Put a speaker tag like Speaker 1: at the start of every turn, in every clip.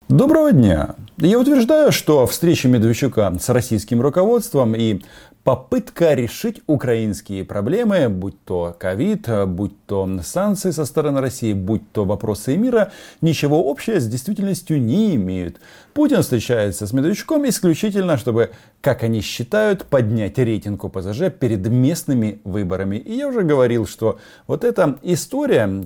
Speaker 1: Доброго дня! Я утверждаю, что встреча Медведчука с российским руководством и попытка решить украинские проблемы, будь то ковид, будь то санкции со стороны России, будь то вопросы мира, ничего общего с действительностью не имеют. Путин встречается с Медведчуком исключительно, чтобы, как они считают, поднять рейтинг ОПЗЖ перед местными выборами. И я уже говорил, что вот эта история,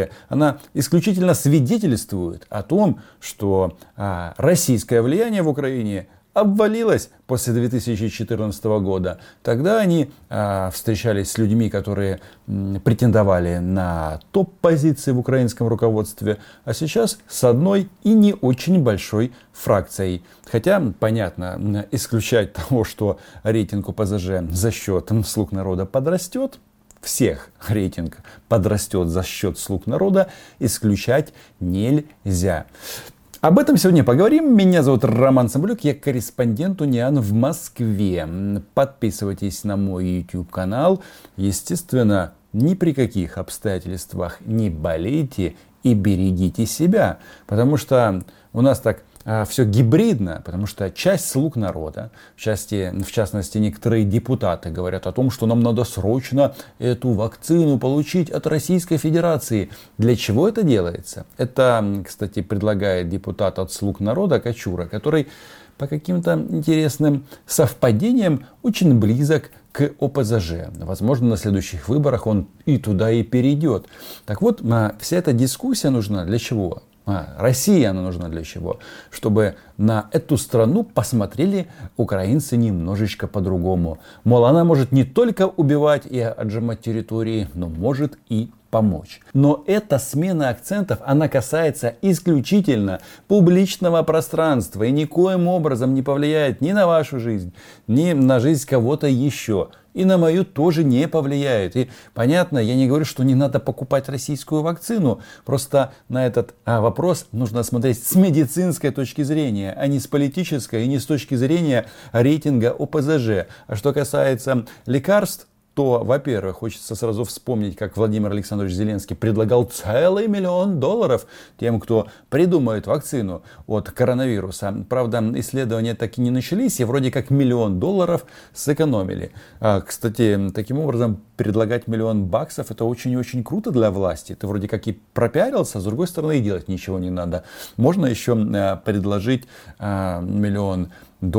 Speaker 1: она исключительно свидетельствует о том, что российское влияние в Украине обвалилось после 2014 года. Тогда они встречались с людьми, которые претендовали на топ-позиции в украинском руководстве, а сейчас с одной и не очень большой фракцией. Хотя, понятно, исключать того, что рейтинг ОПЗЖ за счет слуг народа подрастет, всех рейтинг подрастет за счет слуг народа, исключать нельзя. Об этом сегодня поговорим. Меня зовут Роман Цымбалюк, я корреспондент Униан в Москве. Подписывайтесь на мой YouTube канал. Естественно, ни при каких обстоятельствах не болейте и берегите себя. Потому что у нас так все гибридно, потому что часть слуг народа, в частности некоторые депутаты говорят о том, что нам надо срочно эту вакцину получить от Российской Федерации. Для чего это делается? Это, кстати, предлагает депутат от слуг народа Качура, который по каким-то интересным совпадениям очень близок к ОПЗЖ. Возможно, на следующих выборах он и туда и перейдет. Так вот, вся эта дискуссия нужна для чего? России она нужна для чего? Чтобы на эту страну посмотрели украинцы немножечко по-другому. Мол, она может не только убивать и отжимать территории, но может и помочь. Но эта смена акцентов, она касается исключительно публичного пространства и никоим образом не повлияет ни на вашу жизнь, ни на жизнь кого-то еще. И на мою тоже не повлияет. И понятно, я не говорю, что не надо покупать российскую вакцину. Просто на этот вопрос нужно смотреть с медицинской точки зрения, а не с политической и не с точки зрения рейтинга ОПЗЖ. А что касается лекарств, то, во-первых, хочется сразу вспомнить, как Владимир Александрович Зеленский предлагал целый $1 миллион тем, кто придумает вакцину от коронавируса. Правда, исследования так и не начались, и вроде как $1 миллион сэкономили. Кстати, таким образом, предлагать $1 миллион это очень и очень круто для власти. Ты вроде как и пропиарился, а с другой стороны и делать ничего не надо. Можно еще предложить $1 миллион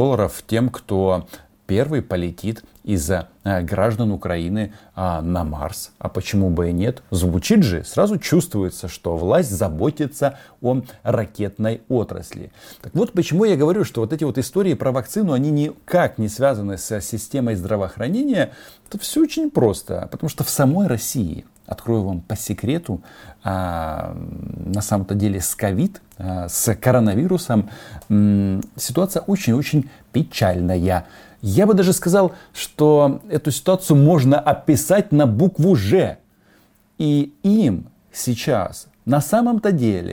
Speaker 1: тем, кто первый полетит из-за граждан Украины на Марс. А почему бы и нет? Звучит же, сразу чувствуется, что власть заботится о ракетной отрасли. Так вот, почему я говорю, что вот эти вот истории про вакцину, они никак не связаны с системой здравоохранения. Тут все очень просто. Потому что в самой России, открою вам по секрету, на самом-то деле с ковид, с коронавирусом ситуация очень-очень печальная. Я бы даже сказал, что эту ситуацию можно описать на букву «Ж». И им сейчас на самом-то деле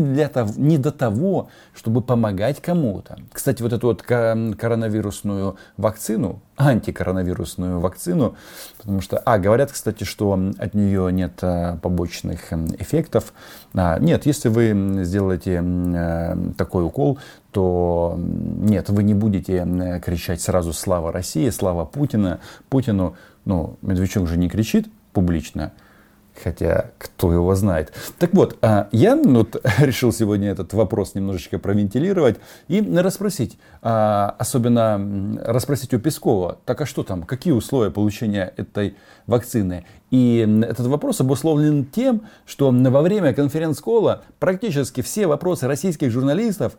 Speaker 1: не до того, чтобы помогать кому-то. Кстати, вот эту вот коронавирусную вакцину, антикоронавирусную вакцину, потому что, говорят, кстати, что от нее нет побочных эффектов. Нет, если вы сделаете такой укол, то нет, вы не будете кричать сразу «Слава России», «Слава Путину». Медведчук же не кричит публично. Хотя, кто его знает. Так вот, я решил сегодня этот вопрос немножечко провентилировать и расспросить, особенно расспросить у Пескова, так а что там, какие условия получения этой вакцины? И этот вопрос обусловлен тем, что во время конференц-колла практически все вопросы российских журналистов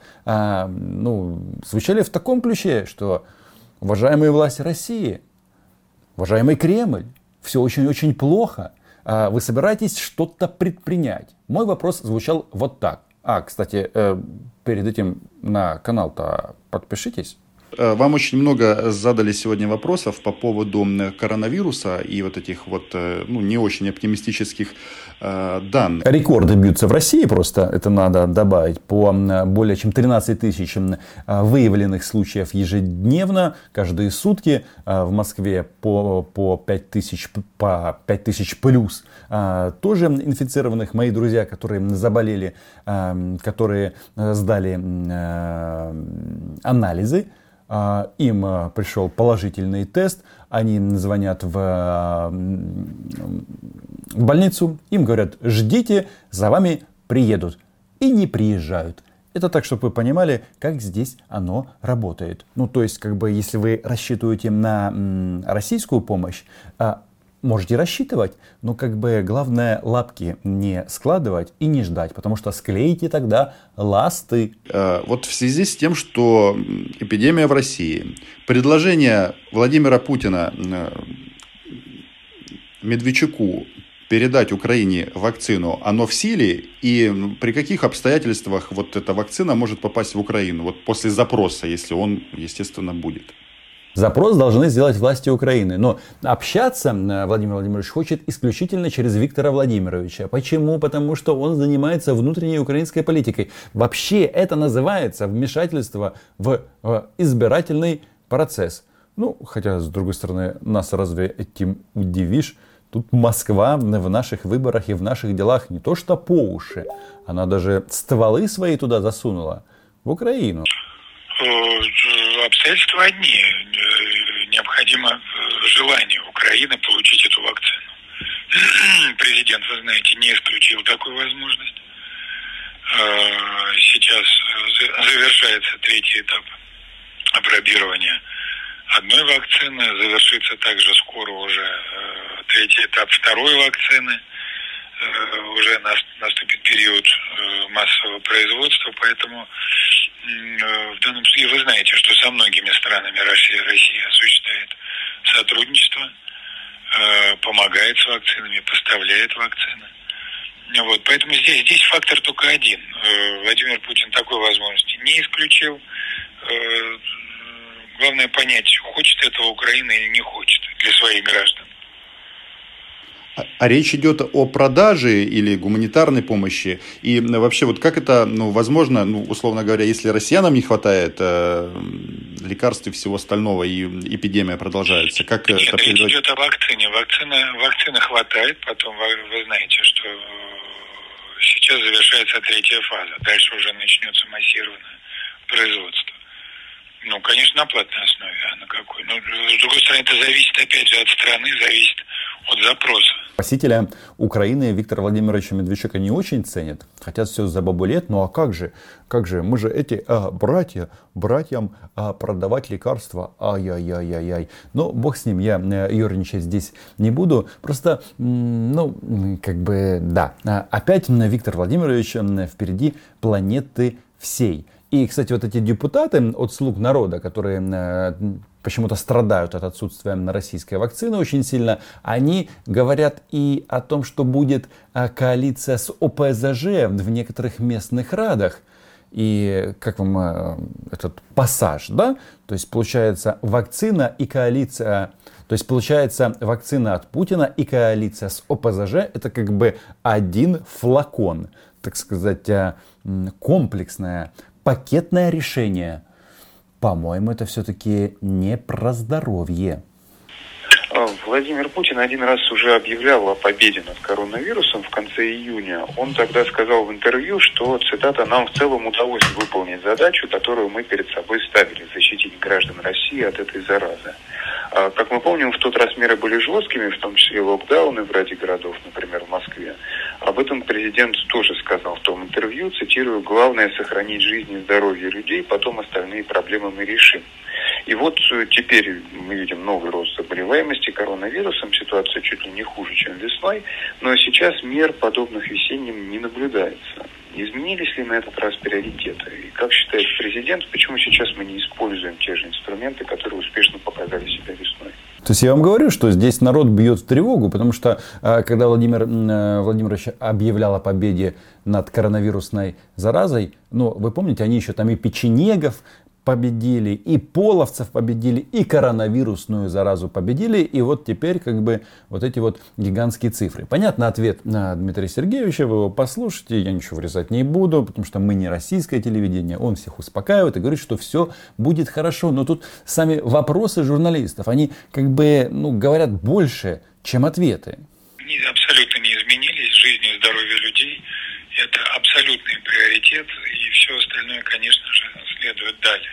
Speaker 1: звучали в таком ключе, что уважаемые власти России, уважаемый Кремль, все очень-очень плохо. Вы собираетесь что-то предпринять? Мой вопрос звучал вот так. Кстати, перед этим на канал-то подпишитесь.
Speaker 2: Вам очень много задали сегодня вопросов по поводу коронавируса и вот этих вот не очень оптимистических данных.
Speaker 1: Рекорды бьются в России просто, это надо добавить, по более чем 13 тысяч выявленных случаев ежедневно, каждые сутки. В Москве по 5 тысяч плюс тоже инфицированных. Мои друзья, которые заболели, которые сдали анализы, им пришел положительный тест, они звонят в больницу, им говорят: ждите, за вами приедут. И не приезжают. Это так, чтобы вы понимали, как здесь оно работает. Ну, то есть, если вы рассчитываете на российскую помощь, можете рассчитывать, но главное лапки не складывать и не ждать, потому что склеите тогда ласты.
Speaker 2: Вот в связи с тем, что эпидемия в России, предложение Владимира Путина Медведчуку передать Украине вакцину, оно в силе, и при каких обстоятельствах вот эта вакцина может попасть в Украину, вот после запроса, если он, естественно, будет?
Speaker 1: Запрос должны сделать власти Украины. Но общаться Владимир Владимирович хочет исключительно через Виктора Владимировича. Почему? Потому что он занимается внутренней украинской политикой. Вообще это называется вмешательство в избирательный процесс. Ну, хотя, с другой стороны, нас разве этим удивишь? Тут Москва в наших выборах и в наших делах не то что по уши. Она даже стволы свои туда засунула, в Украину.
Speaker 3: Обстоятельства одни. Необходимо желание Украины получить эту вакцину. Президент, вы знаете, не исключил такую возможность. Сейчас завершается третий этап опробирования одной вакцины. Завершится также скоро уже третий этап второй вакцины. Уже наступит период массового производства, поэтому в данном случае вы знаете, что со многими странами Россия осуществляет сотрудничество, помогает с вакцинами, поставляет вакцины. Вот, поэтому здесь фактор только один. Владимир Путин такой возможности не исключил. Главное понять, хочет этого Украина или не хочет для своих граждан.
Speaker 2: А речь идет о продаже или гуманитарной помощи? И вообще, вот как это возможно, условно говоря, если россиянам не хватает лекарств и всего остального, и эпидемия продолжается? Как
Speaker 3: Нет, речь идет о вакцине. Вакцины хватает, потом вы знаете, что сейчас завершается третья фаза. Дальше уже начнется массированное производство. Конечно, на платной основе, а на какой? Но, с другой стороны, это зависит, опять же, от страны, зависит от запроса.
Speaker 1: Спасителя Украины Виктора Владимировича Медведчука не очень ценят. Хотят все за бабулет. Ну а как же? Мы же эти братьям продавать лекарства. Ай-яй-яй-яй-яй. Но бог с ним, я ерничать здесь не буду. Просто, да. Опять Виктор Владимирович впереди планеты всей. И, кстати, вот эти депутаты от «Слуг народа», которые почему-то страдают от отсутствия российской вакцины очень сильно, они говорят и о том, что будет коалиция с ОПЗЖ в некоторых местных радах. И как вам этот пассаж, да? То есть получается вакцина и коалиция, то есть получается вакцина от Путина и коалиция с ОПЗЖ — это один флакон, так сказать, комплексное, пакетное решение. По-моему, это все-таки не про здоровье.
Speaker 4: Владимир Путин один раз уже объявлял о победе над коронавирусом в конце июня. Он тогда сказал в интервью, что, цитата, «нам в целом удалось выполнить задачу, которую мы перед собой ставили — защитить граждан России от этой заразы». Как мы помним, в тот раз меры были жесткими, в том числе локдауны в ряде городов, например, в Москве. Об этом президент тоже сказал в том интервью, цитирую: «Главное — сохранить жизнь и здоровье людей, потом остальные проблемы мы решим». И вот теперь мы видим новый рост заболеваемости коронавирусом, ситуация чуть ли не хуже, чем весной, но сейчас мер, подобных весенним, не наблюдается. Изменились ли на этот раз приоритеты? И как считает президент, почему сейчас мы не используем те же инструменты, которые успешно показали себя весной?
Speaker 1: То есть я вам говорю, что здесь народ бьет в тревогу, потому что когда Владимир Владимирович объявлял о победе над коронавирусной заразой, вы помните, они еще там и печенегов победили, и половцев победили, и коронавирусную заразу победили, и вот теперь как бы вот эти вот гигантские цифры. Понятно, ответ на Дмитрия Сергеевича, вы его послушайте, я ничего врезать не буду, потому что мы не российское телевидение, он всех успокаивает и говорит, что все будет хорошо, но тут сами вопросы журналистов, они как бы говорят больше, чем ответы.
Speaker 3: Они абсолютно не изменились, жизнь и здоровье людей – это абсолютный приоритет, и все остальное, конечно же, следует далее.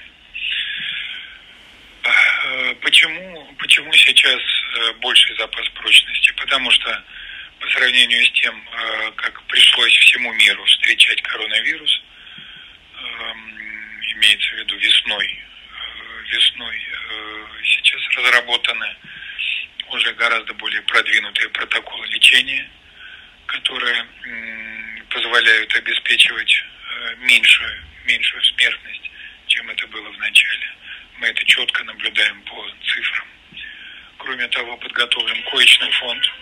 Speaker 3: Почему сейчас больший запас прочности? Потому что по сравнению с тем, как пришлось всему миру встречать коронавирус, имеется в виду весной сейчас разработаны уже гораздо более продвинутые протоколы лечения, которые позволяют обеспечивать меньшую смертность, чем это было в начале. Мы это четко наблюдаем по цифрам. Кроме того, подготовлен коечный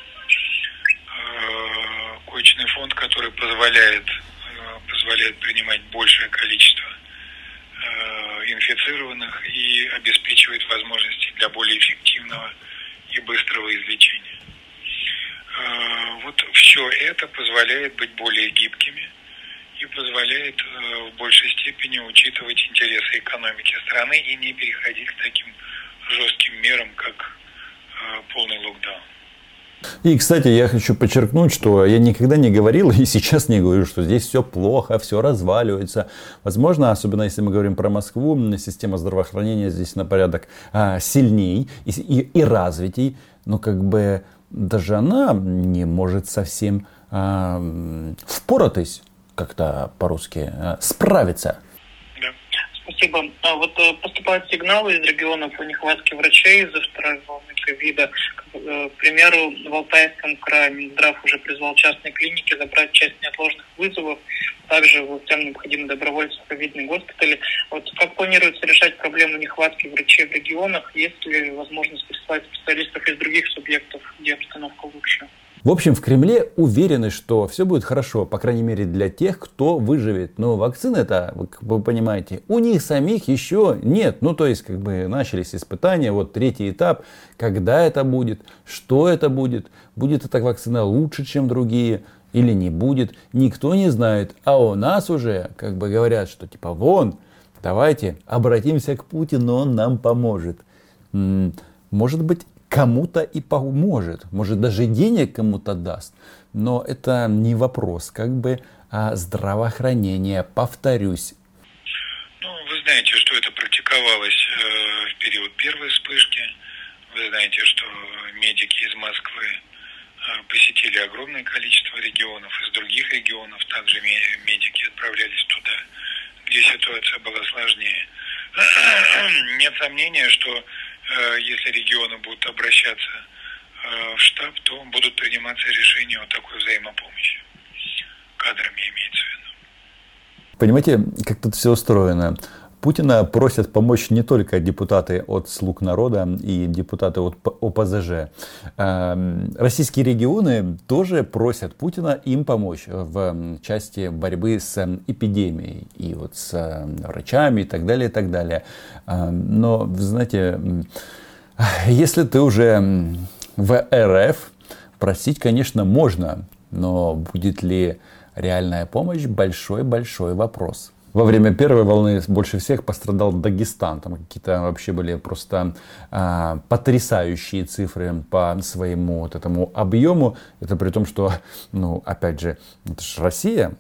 Speaker 3: фонд, который позволяет принимать большее количество инфицированных и обеспечивает возможности для более эффективного и быстрого излечения. Вот все это позволяет быть более гибкими и позволяет в большей степени учитывать интересы экономики страны и не переходить к таким жестким мерам, как полный локдаун.
Speaker 1: И, кстати, я хочу подчеркнуть, что я никогда не говорил и сейчас не говорю, что здесь все плохо, все разваливается. Возможно, особенно если мы говорим про Москву, система здравоохранения здесь на порядок сильней и развитей, но как бы даже она не может совсем впоратись, как-то по-русски, справиться.
Speaker 5: Спасибо. Вот поступают сигналы из регионов о нехватке врачей из-за второй волны ковида. К примеру, в Алтайском крае Минздрав уже призвал частные клиники забрать часть неотложных вызовов. Также властям необходимы добровольцы в ковидные госпитали. Вот как планируется решать проблему нехватки врачей в регионах? Есть ли возможность прислать специалистов из других субъектов, где обстановка лучше?
Speaker 1: В общем, в Кремле уверены, что все будет хорошо, по крайней мере для тех, кто выживет. Но вакцины-то, вы понимаете, у них самих еще нет. То есть, как бы начались испытания, вот третий этап. Когда это будет? Что это будет? Будет эта вакцина лучше, чем другие? Или не будет? Никто не знает. А у нас уже, как бы говорят, что типа давайте обратимся к Путину, он нам поможет. Может быть, кому-то и поможет, может даже денег кому-то даст, но это не вопрос как бы здравоохранения, повторюсь.
Speaker 3: Вы знаете, что это практиковалось в период первой вспышки, вы знаете, что медики из Москвы посетили огромное количество регионов, из других регионов также медики отправлялись туда, где ситуация была сложнее. Нет сомнения, что если регионы будут обращаться в штаб, то будут приниматься решения о такой взаимопомощи. Кадрами имеется в виду.
Speaker 1: Понимаете, как тут все устроено? Путина просят помочь не только депутаты от «Слуг народа» и депутаты от ОПЗЖ. Российские регионы тоже просят Путина им помочь в части борьбы с эпидемией и вот с врачами и так далее, и так далее. Но, вы знаете, если ты уже в РФ, просить, конечно, можно, но будет ли реальная помощь – большой-большой вопрос. Во время первой волны больше всех пострадал Дагестан. Там какие-то вообще были просто потрясающие цифры по своему вот этому объему. Это при том, что, опять же, это же Россия,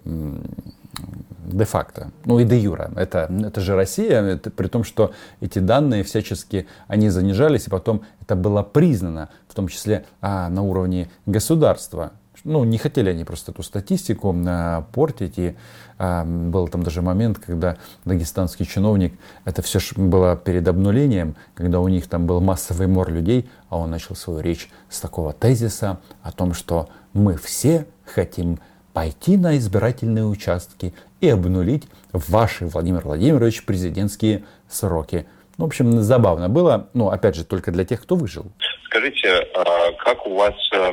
Speaker 1: де-факто, и де-юра. Это же Россия, это при том, что эти данные всячески, они занижались, и потом это было признано, в том числе на уровне государства. Не хотели они просто эту статистику портить. И был там даже момент, когда дагестанский чиновник, это все было перед обнулением, когда у них там был массовый мор людей, а он начал свою речь с такого тезиса о том, что мы все хотим пойти на избирательные участки и обнулить ваши, Владимир Владимирович, президентские сроки. В общем, забавно было, опять же, только для тех, кто выжил.
Speaker 4: Скажите, как у вас,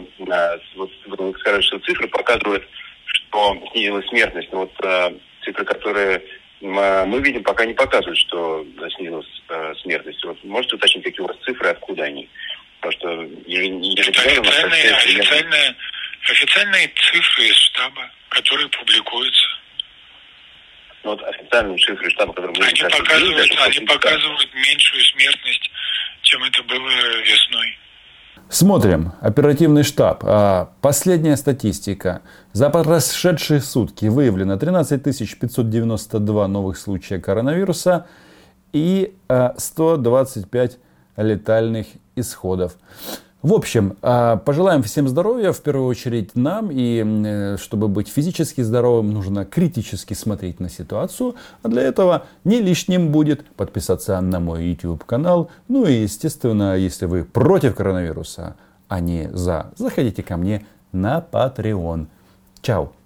Speaker 4: вы сказали, что цифры показывают, что снизилась смертность, но цифры, которые
Speaker 6: мы видим, пока не показывают, что снизилась смертность. Вот можете уточнить, какие у вас цифры, откуда они? Потому что
Speaker 3: официальные цифры из штаба, которые публикуются.
Speaker 6: Ну, вот официальные цифры штаба, которые мы
Speaker 3: они показывают меньшую смертность, чем это было весной.
Speaker 1: Смотрим. Оперативный штаб. Последняя статистика. За прошедшие сутки выявлено 13 592 новых случая коронавируса и 125 летальных исходов. В общем, пожелаем всем здоровья, в первую очередь нам, и чтобы быть физически здоровым, нужно критически смотреть на ситуацию, а для этого не лишним будет подписаться на мой YouTube канал, ну и естественно, если вы против коронавируса, а не за, заходите ко мне на Patreon. Чао!